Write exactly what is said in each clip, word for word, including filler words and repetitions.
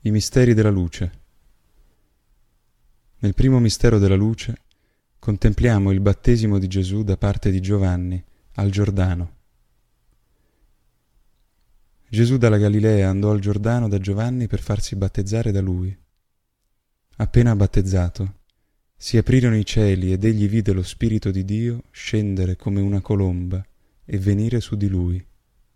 I misteri della luce. Nel primo mistero della luce contempliamo il battesimo di Gesù da parte di Giovanni al Giordano. Gesù dalla Galilea andò al Giordano da Giovanni per farsi battezzare da lui. Appena battezzato, si aprirono i cieli ed egli vide lo Spirito di Dio scendere come una colomba e venire su di lui.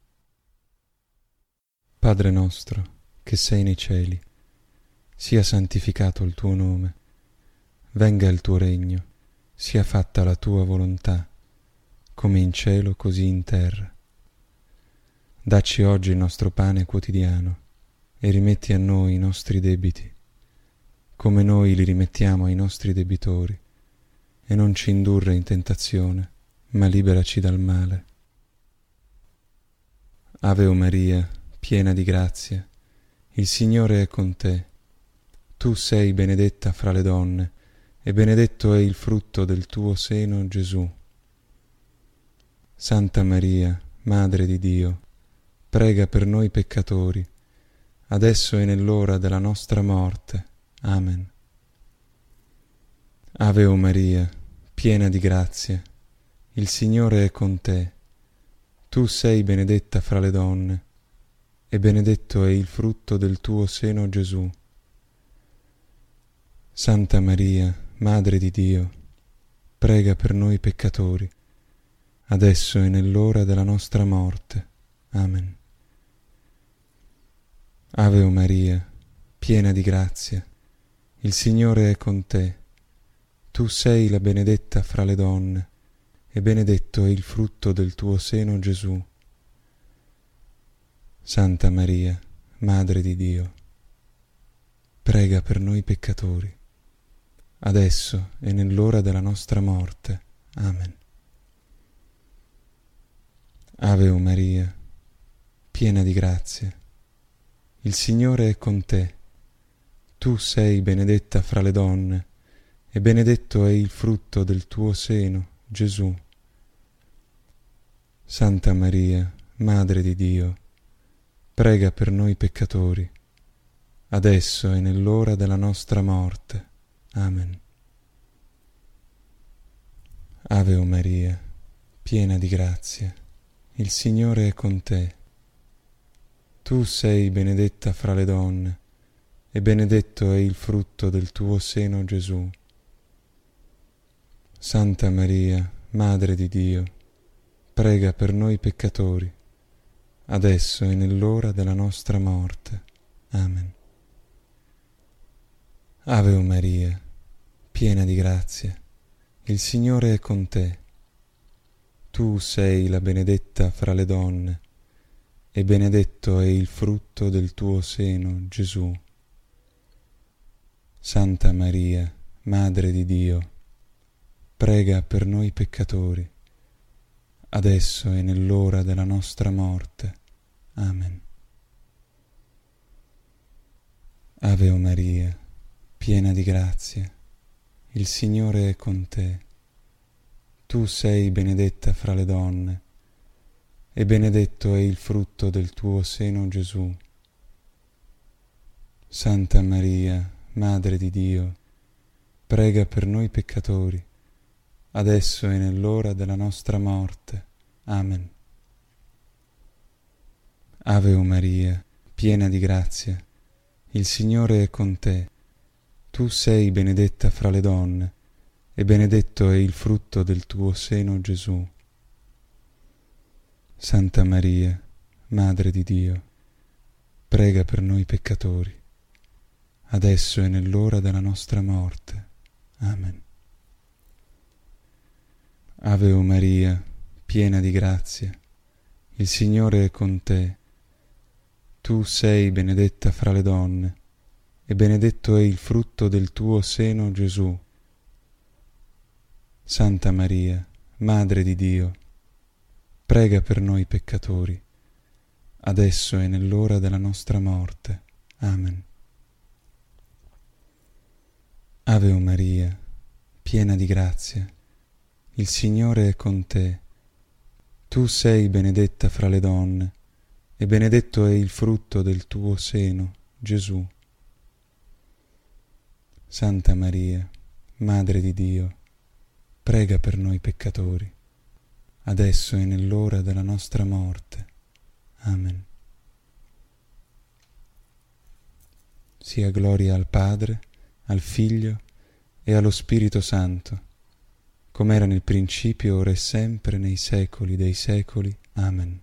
Padre nostro, che sei nei cieli, sia santificato il tuo nome, venga il tuo regno, sia fatta la tua volontà, come in cielo così in terra. Dacci oggi il nostro pane quotidiano e rimetti a noi i nostri debiti, come noi li rimettiamo ai nostri debitori, e non ci indurre in tentazione, ma liberaci dal male. Ave o Maria, piena di grazia, il Signore è con te. Tu sei benedetta fra le donne, e benedetto è il frutto del tuo seno, Gesù. Santa Maria, Madre di Dio, prega per noi peccatori, adesso e nell'ora della nostra morte. Amen. Ave o Maria, piena di grazia, il Signore è con te. Tu sei benedetta fra le donne, e benedetto è il frutto del tuo seno, Gesù. Santa Maria, Madre di Dio, prega per noi peccatori, adesso e nell'ora della nostra morte. Amen. Ave o Maria, piena di grazia, il Signore è con te. Tu sei la benedetta fra le donne, e benedetto è il frutto del tuo seno, Gesù. Santa Maria, Madre di Dio, prega per noi peccatori, adesso e nell'ora della nostra morte. Amen. Ave o Maria, piena di grazia, il Signore è con te. Tu sei benedetta fra le donne, e benedetto è il frutto del tuo seno, Gesù. Santa Maria, Madre di Dio, prega per noi peccatori, adesso e nell'ora della nostra morte. Amen. Ave o Maria, piena di grazia, il Signore è con te. Tu sei benedetta fra le donne, e benedetto è il frutto del tuo seno, Gesù. Santa Maria, Madre di Dio, prega per noi peccatori, adesso e nell'ora della nostra morte. Amen. Ave o Maria, piena di grazia, il Signore è con te. Tu sei la benedetta fra le donne, e benedetto è il frutto del tuo seno, Gesù. Santa Maria, Madre di Dio, prega per noi peccatori, adesso e nell'ora della nostra morte. Amen. Ave o Maria, piena di grazia, il Signore è con te. Tu sei benedetta fra le donne, e benedetto è il frutto del tuo seno, Gesù. Santa Maria, Madre di Dio, prega per noi peccatori, adesso e nell'ora della nostra morte. Amen. Ave o Maria, piena di grazia, il Signore è con te. Tu sei benedetta fra le donne, e benedetto è il frutto del tuo seno, Gesù. Santa Maria, Madre di Dio, prega per noi peccatori, adesso e nell'ora della nostra morte. Amen. Ave o Maria, piena di grazia, il Signore è con te. Tu sei benedetta fra le donne, e benedetto è il frutto del tuo seno, Gesù. Santa Maria, Madre di Dio, prega per noi peccatori, adesso e nell'ora della nostra morte. Amen. Ave o Maria, piena di grazia, il Signore è con te. Tu sei benedetta fra le donne, e benedetto è il frutto del tuo seno, Gesù. Santa Maria, Madre di Dio, prega per noi peccatori, adesso e nell'ora della nostra morte. Amen. Sia gloria al Padre, al Figlio e allo Spirito Santo, come era nel principio, ora e sempre, nei secoli dei secoli. Amen.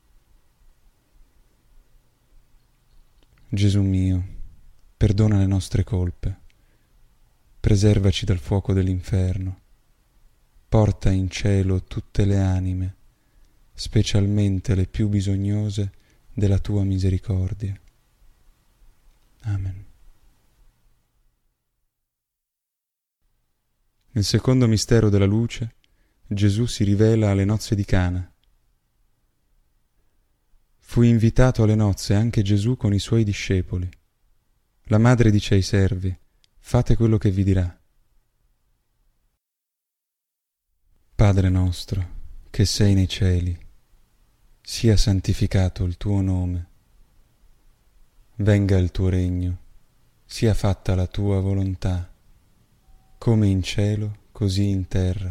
Gesù mio, perdona le nostre colpe, preservaci dal fuoco dell'inferno, porta in cielo tutte le anime, specialmente le più bisognose della tua misericordia. Amen. Nel secondo mistero della luce, Gesù si rivela alle nozze di Cana. Fu invitato alle nozze anche Gesù con i suoi discepoli. La madre dice ai servi: fate quello che vi dirà. Padre nostro, che sei nei cieli, sia santificato il tuo nome. Venga il tuo regno, sia fatta la tua volontà, come in cielo, così in terra.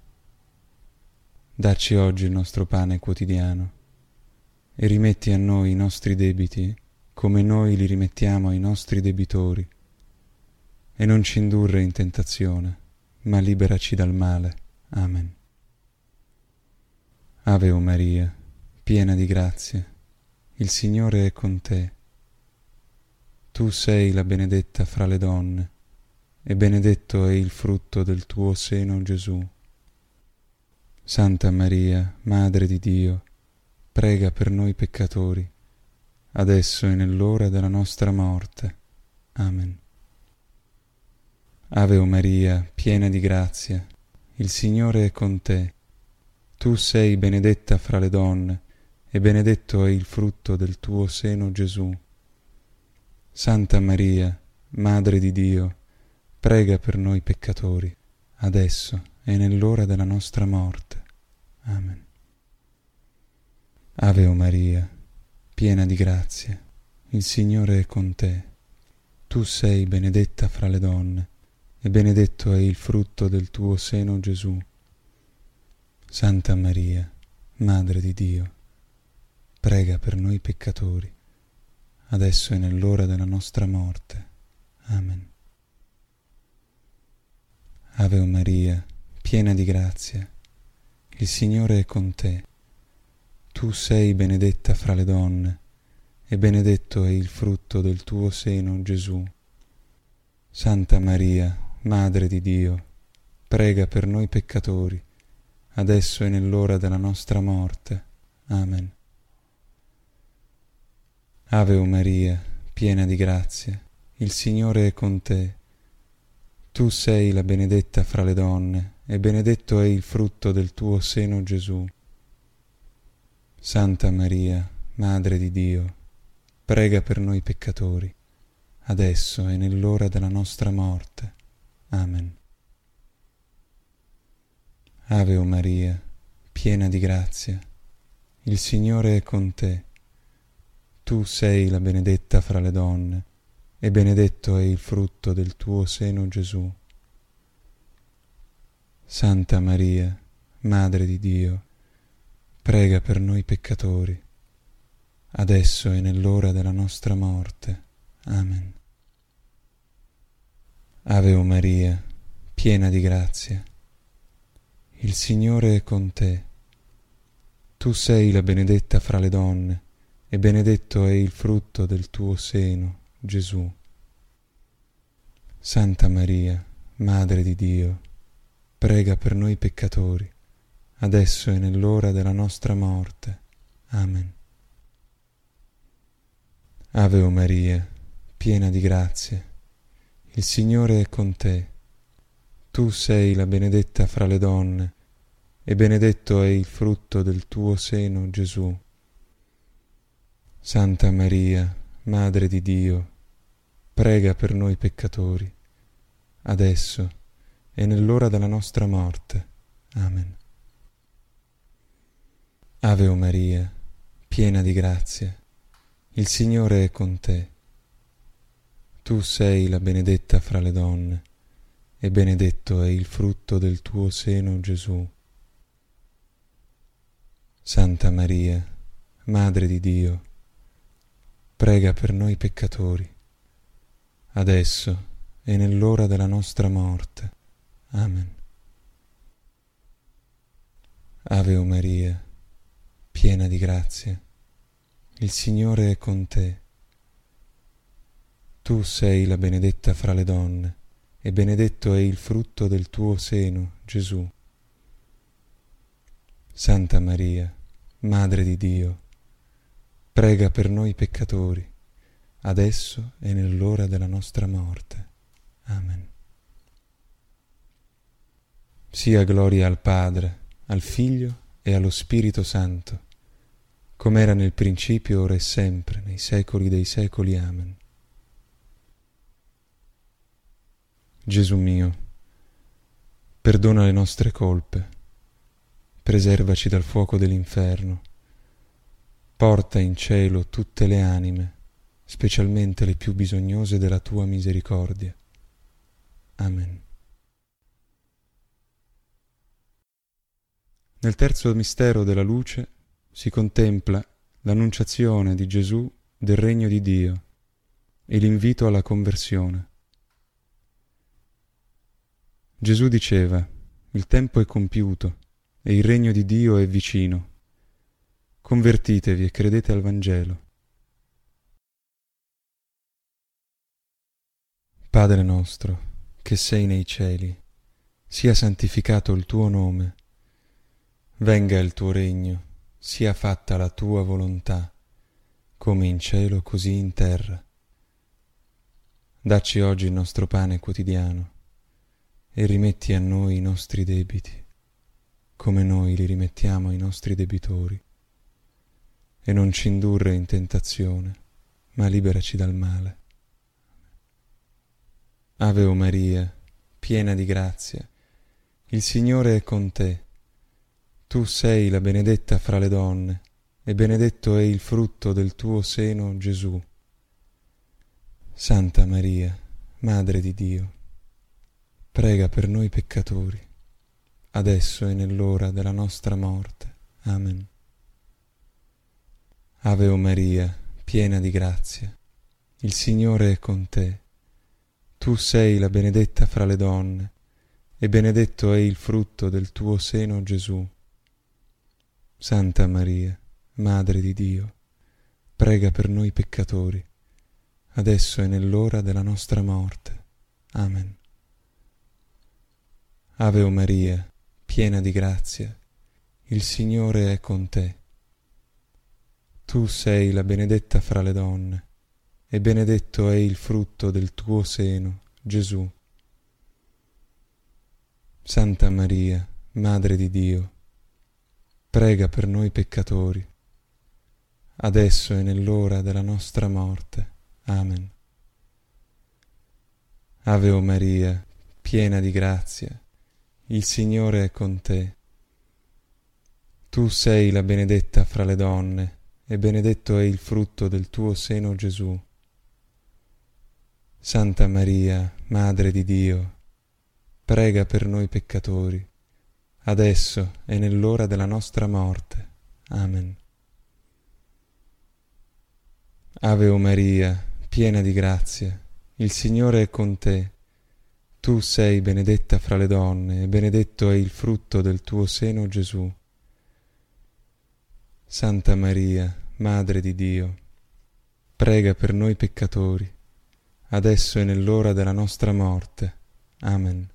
Dacci oggi il nostro pane quotidiano e rimetti a noi i nostri debiti come noi li rimettiamo ai nostri debitori. E non ci indurre in tentazione, ma liberaci dal male. Amen. Ave o Maria, piena di grazia, il Signore è con te. Tu sei la benedetta fra le donne, e benedetto è il frutto del tuo seno, Gesù. Santa Maria, Madre di Dio, prega per noi peccatori, adesso e nell'ora della nostra morte. Amen. Ave o Maria, piena di grazia, il Signore è con te. Tu sei benedetta fra le donne, e benedetto è il frutto del tuo seno, Gesù. Santa Maria, Madre di Dio, prega per noi peccatori, adesso e nell'ora della nostra morte. Amen. Ave o Maria, piena di grazia, il Signore è con te. Tu sei benedetta fra le donne, e benedetto è il frutto del tuo seno, Gesù. Santa Maria, Madre di Dio, prega per noi peccatori, adesso e nell'ora della nostra morte. Amen. Ave o Maria, piena di grazia, il Signore è con te. Tu sei benedetta fra le donne, e benedetto è il frutto del tuo seno, Gesù. Santa Maria, Madre di Dio, prega per noi peccatori, adesso e nell'ora della nostra morte. Amen. Ave o Maria, piena di grazia, il Signore è con te. Tu sei la benedetta fra le donne, e benedetto è il frutto del tuo seno, Gesù. Santa Maria, Madre di Dio, prega per noi peccatori, adesso e nell'ora della nostra morte. Amen. Ave o Maria, piena di grazia, il Signore è con te. Tu sei la benedetta fra le donne, e benedetto è il frutto del tuo seno, Gesù. Santa Maria, Madre di Dio, prega per noi peccatori, adesso e nell'ora della nostra morte. Amen. Ave o Maria, piena di grazia, il Signore è con te. Tu sei la benedetta fra le donne, e benedetto è il frutto del tuo seno, Gesù. Santa Maria, Madre di Dio, prega per noi peccatori, adesso e nell'ora della nostra morte. Amen. Ave o Maria, piena di grazia, il Signore è con te. Tu sei la benedetta fra le donne, e benedetto è il frutto del tuo seno, Gesù. Santa Maria, Madre di Dio, prega per noi peccatori, adesso e nell'ora della nostra morte. Amen. Ave o Maria, piena di grazia, il Signore è con te. Tu sei la benedetta fra le donne, e benedetto è il frutto del tuo seno, Gesù. Santa Maria, Madre di Dio, prega per noi peccatori, adesso e nell'ora della nostra morte. Amen. Ave o Maria, piena di grazia, il Signore è con te. Tu sei la benedetta fra le donne, e benedetto è il frutto del tuo seno, Gesù. Santa Maria, Madre di Dio, prega per noi peccatori, adesso e nell'ora della nostra morte. Amen. Sia gloria al Padre, al Figlio e allo Spirito Santo, come era nel principio, ora e sempre, nei secoli dei secoli. Amen. Gesù mio, perdona le nostre colpe, preservaci dal fuoco dell'inferno, porta in cielo tutte le anime, specialmente le più bisognose della tua misericordia. Amen. Nel terzo mistero della luce si contempla l'annunciazione di Gesù del regno di Dio e l'invito alla conversione. Gesù diceva: il tempo è compiuto e il regno di Dio è vicino. Convertitevi e credete al Vangelo. Padre nostro, che sei nei cieli, sia santificato il tuo nome. Venga il tuo regno, sia fatta la tua volontà, come in cielo così in terra. Dacci oggi il nostro pane quotidiano e rimetti a noi i nostri debiti, come noi li rimettiamo ai nostri debitori. E non ci indurre in tentazione, ma liberaci dal male. Ave o Maria, piena di grazia, il Signore è con te. Tu sei la benedetta fra le donne, e benedetto è il frutto del tuo seno, Gesù. Santa Maria, Madre di Dio, prega per noi peccatori, adesso e nell'ora della nostra morte. Amen. Ave o Maria, piena di grazia, il Signore è con te. Tu sei la benedetta fra le donne, e benedetto è il frutto del tuo seno, Gesù. Santa Maria, Madre di Dio, prega per noi peccatori, adesso e nell'ora della nostra morte. Amen. Ave o Maria, piena di grazia, il Signore è con te. Tu sei la benedetta fra le donne, e benedetto è il frutto del tuo seno, Gesù. Santa Maria, Madre di Dio, prega per noi peccatori, adesso e nell'ora della nostra morte. Amen. Ave o Maria, piena di grazia, il Signore è con te. Tu sei la benedetta fra le donne, e benedetto è il frutto del tuo seno, Gesù. Santa Maria, Madre di Dio, prega per noi peccatori, adesso e nell'ora della nostra morte. Amen. Ave o Maria, piena di grazia, il Signore è con te. Tu sei benedetta fra le donne, e benedetto è il frutto del tuo seno, Gesù. Santa Maria, Madre di Dio, prega per noi peccatori, adesso e nell'ora della nostra morte. Amen.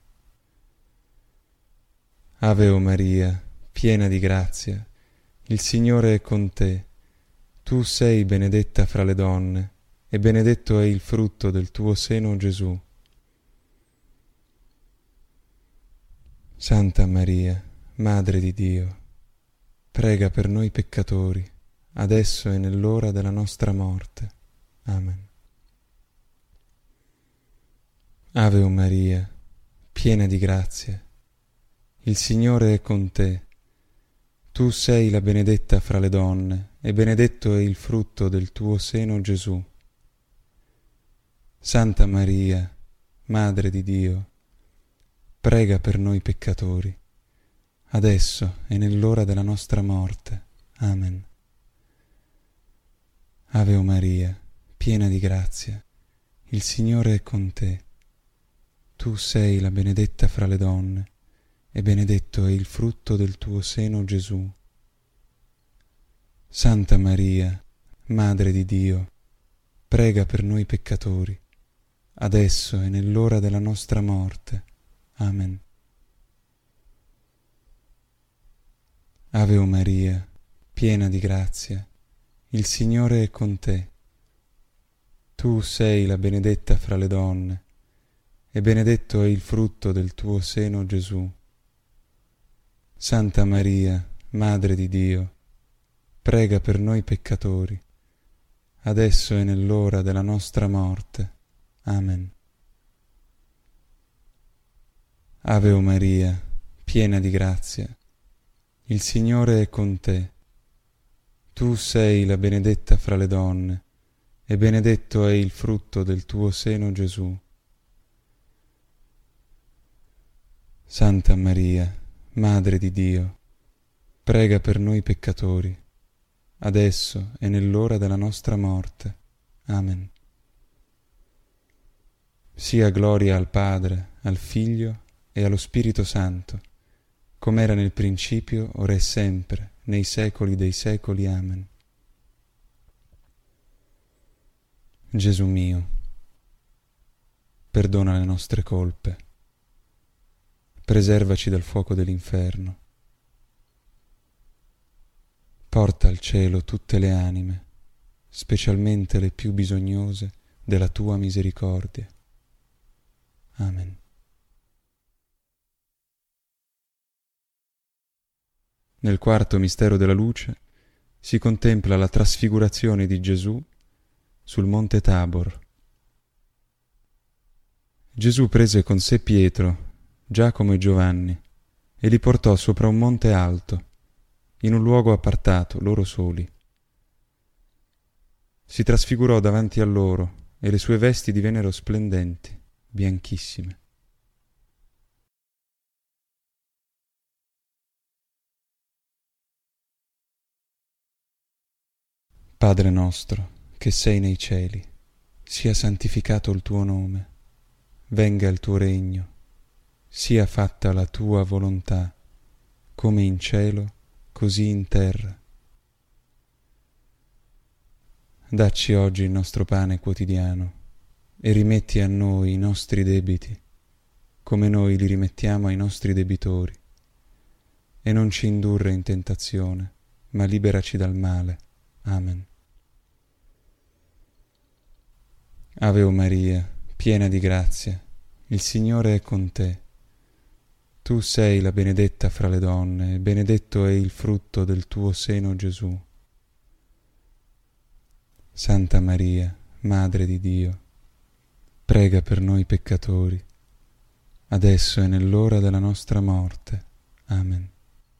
Ave o Maria, piena di grazia, il Signore è con te. Tu sei benedetta fra le donne, e benedetto è il frutto del tuo seno, Gesù. Santa Maria, Madre di Dio, prega per noi peccatori, adesso e nell'ora della nostra morte. Amen. Ave o Maria, piena di grazia, il Signore è con te. Tu sei la benedetta fra le donne, e benedetto è il frutto del tuo seno, Gesù. Santa Maria, Madre di Dio, prega per noi peccatori, adesso e nell'ora della nostra morte. Amen. Ave o Maria, piena di grazia, il Signore è con te. Tu sei la benedetta fra le donne, e benedetto è il frutto del tuo seno, Gesù. Santa Maria, Madre di Dio, prega per noi peccatori, adesso e nell'ora della nostra morte. Amen. Ave o Maria, piena di grazia, il Signore è con te. Tu sei la benedetta fra le donne, e benedetto è il frutto del tuo seno, Gesù. Santa Maria, Madre di Dio, prega per noi peccatori, adesso e nell'ora della nostra morte. Amen. Ave o Maria, piena di grazia, il Signore è con te. Tu sei la benedetta fra le donne, e benedetto è il frutto del tuo seno, Gesù. Santa Maria, Madre di Dio, prega per noi peccatori, adesso e nell'ora della nostra morte. Amen. Sia gloria al Padre, al Figlio e allo Spirito Santo, come era nel principio, ora e sempre, nei secoli dei secoli. Amen. Gesù mio, perdona le nostre colpe, preservaci dal fuoco dell'inferno, porta al cielo tutte le anime, specialmente le più bisognose della tua misericordia. Amen. Nel quarto mistero della luce si contempla la trasfigurazione di Gesù sul monte Tabor. Gesù prese con sé Pietro, Giacomo e Giovanni e li portò sopra un monte alto, in un luogo appartato, loro soli. Si trasfigurò davanti a loro e le sue vesti divennero splendenti, bianchissime. Padre nostro, che sei nei cieli, sia santificato il tuo nome, venga il tuo regno, sia fatta la tua volontà, come in cielo, così in terra. Dacci oggi il nostro pane quotidiano e rimetti a noi i nostri debiti, come noi li rimettiamo ai nostri debitori, e non ci indurre in tentazione, ma liberaci dal male. Amen. Ave o Maria, piena di grazia, il Signore è con te. Tu sei la benedetta fra le donne, e benedetto è il frutto del tuo seno, Gesù. Santa Maria, Madre di Dio, prega per noi peccatori, adesso e nell'ora della nostra morte. Amen.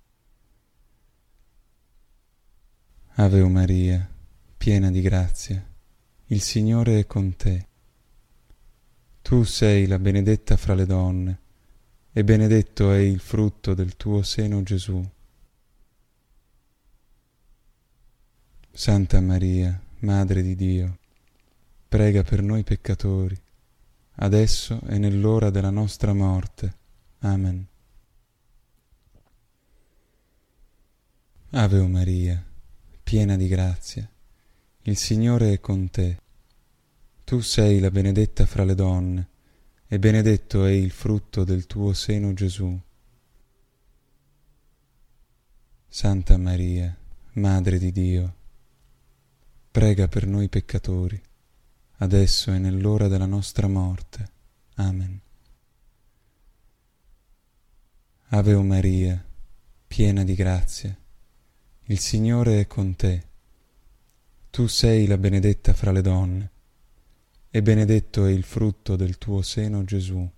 Ave o Maria, piena di grazia, il Signore è con te. Tu sei la benedetta fra le donne, e benedetto è il frutto del tuo seno, Gesù. Santa Maria, Madre di Dio, prega per noi peccatori, adesso e nell'ora della nostra morte. Amen. Ave o Maria, piena di grazia, il Signore è con te. Tu sei la benedetta fra le donne, e benedetto è il frutto del tuo seno, Gesù. Santa Maria, Madre di Dio, prega per noi peccatori, adesso e nell'ora della nostra morte. Amen. Ave o Maria, piena di grazia, il Signore è con te. Tu sei la benedetta fra le donne, e benedetto è il frutto del tuo seno, Gesù.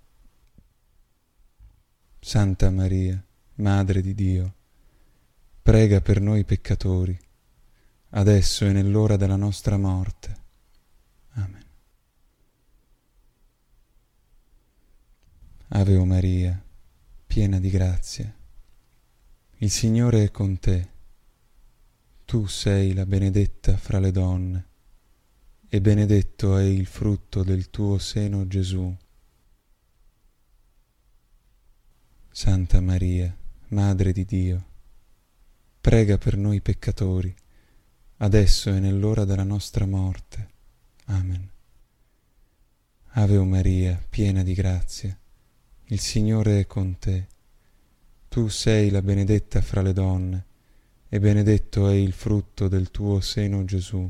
Santa Maria, Madre di Dio, prega per noi peccatori, adesso e nell'ora della nostra morte. Amen. Ave o Maria, piena di grazia, il Signore è con te. Tu sei la benedetta fra le donne, e benedetto è il frutto del tuo seno, Gesù. Santa Maria, Madre di Dio, prega per noi peccatori, adesso e nell'ora della nostra morte. Amen. Ave o Maria, piena di grazia, il Signore è con te. Tu sei la benedetta fra le donne, e benedetto è il frutto del tuo seno, Gesù.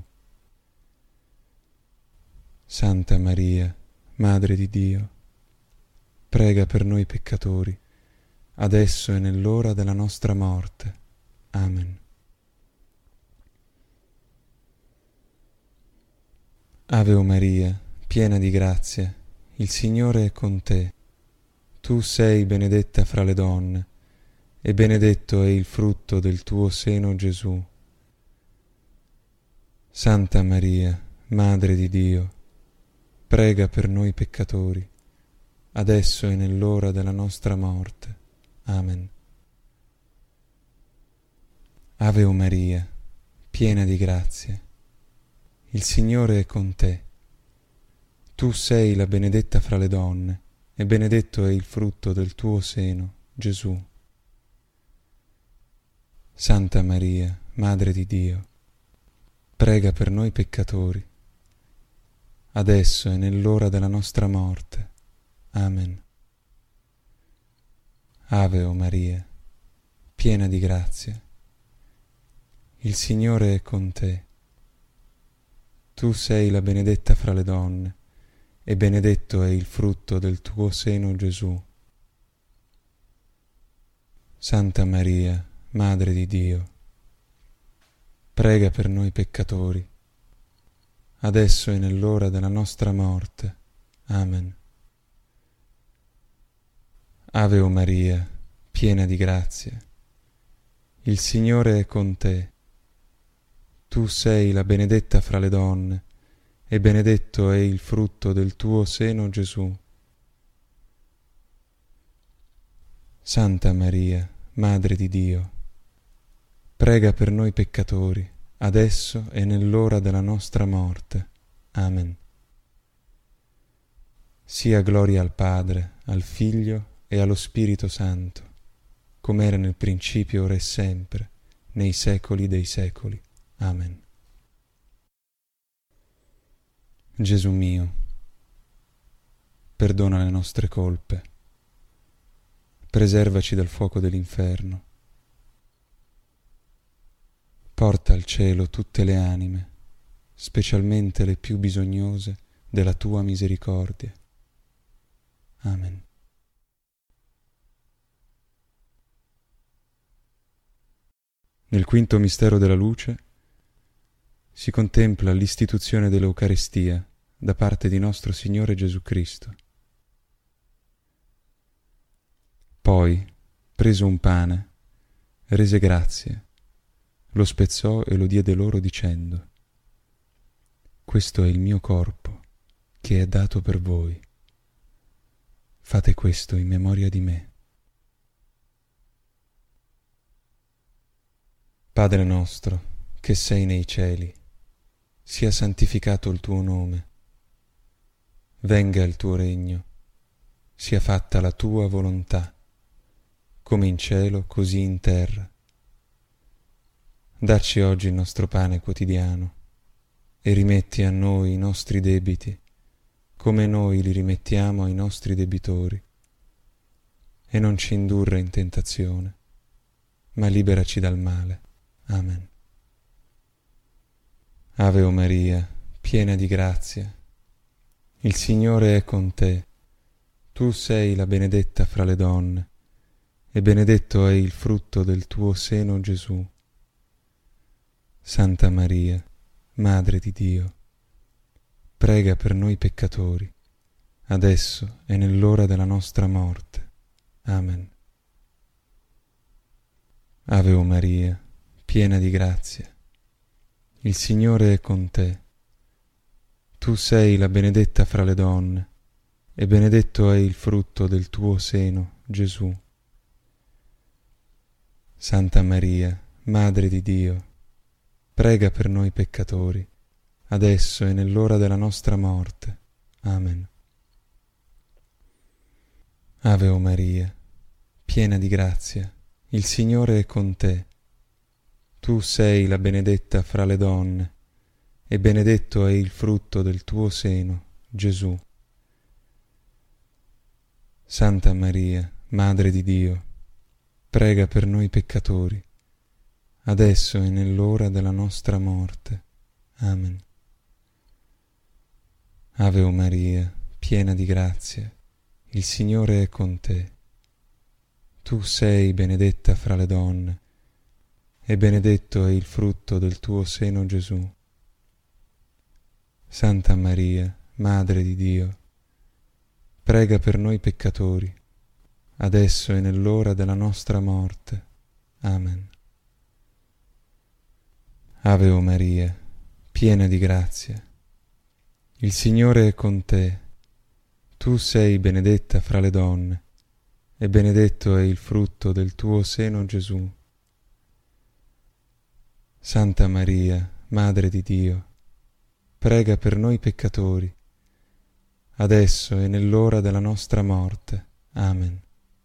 Santa Maria, Madre di Dio, prega per noi peccatori, adesso e nell'ora della nostra morte. Amen. Ave o Maria, piena di grazia, il Signore è con te. Tu sei benedetta fra le donne, e benedetto è il frutto del tuo seno, Gesù. Santa Maria, Madre di Dio, prega per noi peccatori, adesso e nell'ora della nostra morte. Amen. Ave o Maria, piena di grazia, il Signore è con te. Tu sei la benedetta fra le donne, e benedetto è il frutto del tuo seno, Gesù. Santa Maria, Madre di Dio, prega per noi peccatori, adesso e nell'ora della nostra morte. Amen. Ave o Maria, piena di grazia, il Signore è con te. Tu sei la benedetta fra le donne, e benedetto è il frutto del tuo seno, Gesù. Santa Maria, Madre di Dio, prega per noi peccatori, adesso e nell'ora della nostra morte. Amen. Ave o Maria, piena di grazia, il Signore è con te. Tu sei la benedetta fra le donne, e benedetto è il frutto del tuo seno, Gesù. Santa Maria, Madre di Dio, prega per noi peccatori, adesso e nell'ora della nostra morte. Amen. Sia gloria al Padre, al Figlio e allo Spirito Santo, come era nel principio, ora e sempre, nei secoli dei secoli. Amen. Gesù mio, perdona le nostre colpe, preservaci dal fuoco dell'inferno, porta al cielo tutte le anime, specialmente le più bisognose della tua misericordia. Amen. Nel quinto mistero della luce si contempla l'istituzione dell'Eucaristia da parte di nostro Signore Gesù Cristo. Poi, preso un pane, rese grazie, lo spezzò e lo diede loro dicendo: questo è il mio corpo, che è dato per voi. Fate questo in memoria di me. Padre nostro, che sei nei cieli, sia santificato il tuo nome. Venga il tuo regno, sia fatta la tua volontà, come in cielo così in terra. Dacci oggi il nostro pane quotidiano, e rimetti a noi i nostri debiti, come noi li rimettiamo ai nostri debitori. E non ci indurre in tentazione, ma liberaci dal male. Amen. Ave o Maria, piena di grazia, il Signore è con te. Tu sei la benedetta fra le donne, e benedetto è il frutto del tuo seno, Gesù. Santa Maria, Madre di Dio, prega per noi peccatori, adesso e nell'ora della nostra morte. Amen. Ave o Maria, piena di grazia, il Signore è con te. Tu sei la benedetta fra le donne, e benedetto è il frutto del tuo seno, Gesù. Santa Maria, Madre di Dio, prega per noi peccatori, adesso e nell'ora della nostra morte. Amen. Ave o Maria, piena di grazia, il Signore è con te. Tu sei la benedetta fra le donne, e benedetto è il frutto del tuo seno, Gesù. Santa Maria, Madre di Dio, prega per noi peccatori, adesso e nell'ora della nostra morte. Amen. Ave o Maria, piena di grazia, il Signore è con te. Tu sei benedetta fra le donne, e benedetto è il frutto del tuo seno, Gesù. Santa Maria, Madre di Dio, prega per noi peccatori, adesso e nell'ora della nostra morte. Amen. Ave o Maria, piena di grazia, il Signore è con te. Tu sei benedetta fra le donne, e benedetto è il frutto del tuo seno, Gesù. Santa Maria, Madre di Dio, prega per noi peccatori, adesso e nell'ora della nostra morte. Amen.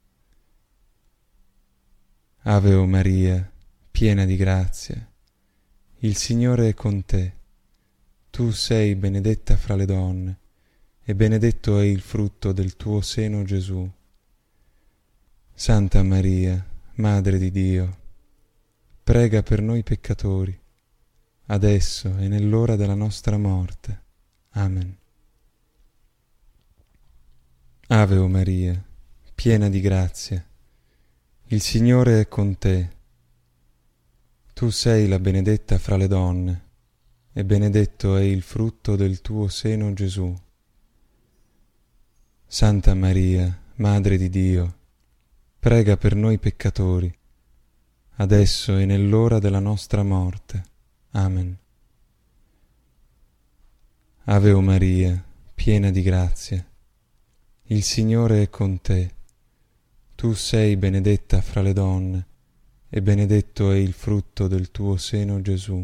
Ave o Maria, piena di grazia, il Signore è con te. Tu sei benedetta fra le donne, e benedetto è il frutto del tuo seno, Gesù. Santa Maria, Madre di Dio, prega per noi peccatori, adesso e nell'ora della nostra morte. Amen. Ave o Maria, piena di grazia, il Signore è con te. Tu sei la benedetta fra le donne, e benedetto è il frutto del tuo seno, Gesù. Santa Maria, Madre di Dio, prega per noi peccatori, adesso e nell'ora della nostra morte. Amen. Ave o Maria, piena di grazia, il Signore è con te. Tu sei benedetta fra le donne, e benedetto è il frutto del tuo seno, Gesù.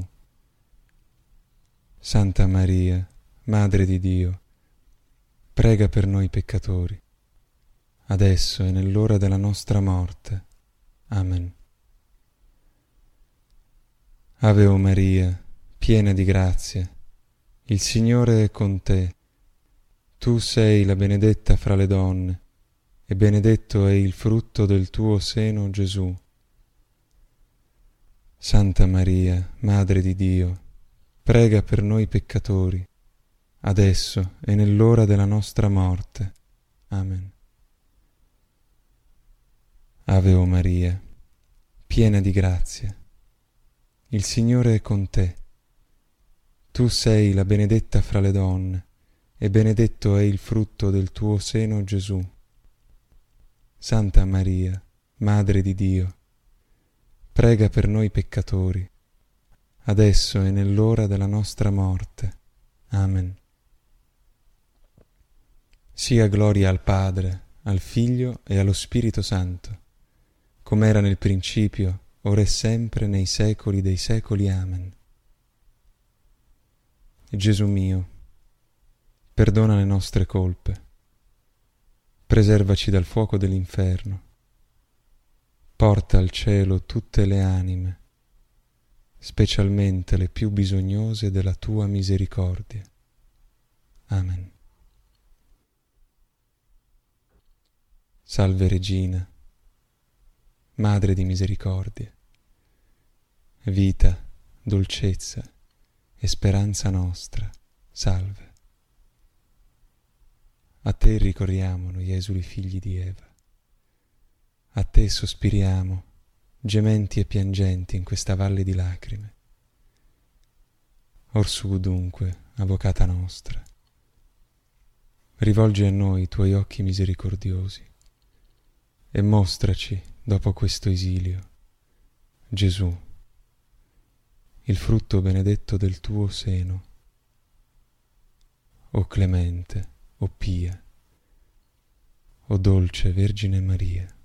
Santa Maria, Madre di Dio, prega per noi peccatori, adesso e nell'ora della nostra morte. Amen. Ave o Maria, piena di grazia, il Signore è con te. Tu sei la benedetta fra le donne, e benedetto è il frutto del tuo seno, Gesù. Santa Maria, Madre di Dio, prega per noi peccatori, adesso e nell'ora della nostra morte. Amen. Ave o Maria, piena di grazia, il Signore è con te. Tu sei la benedetta fra le donne, e benedetto è il frutto del tuo seno, Gesù. Santa Maria, Madre di Dio, prega per noi peccatori, adesso e nell'ora della nostra morte. Amen. Sia gloria al Padre, al Figlio e allo Spirito Santo, come era nel principio, ora e sempre, nei secoli dei secoli. Amen. Gesù mio, perdona le nostre colpe, preservaci dal fuoco dell'inferno, porta al cielo tutte le anime, specialmente le più bisognose della tua misericordia. Amen. Salve Regina, Madre di misericordia, vita, dolcezza e speranza nostra, salve. A te ricorriamo noi esuli figli di Eva, a te sospiriamo, gementi e piangenti in questa valle di lacrime. Orsù dunque, Avvocata nostra, rivolgi a noi i tuoi occhi misericordiosi e mostraci, dopo questo esilio, Gesù, il frutto benedetto del tuo seno. O clemente, o pia, o dolce Vergine Maria.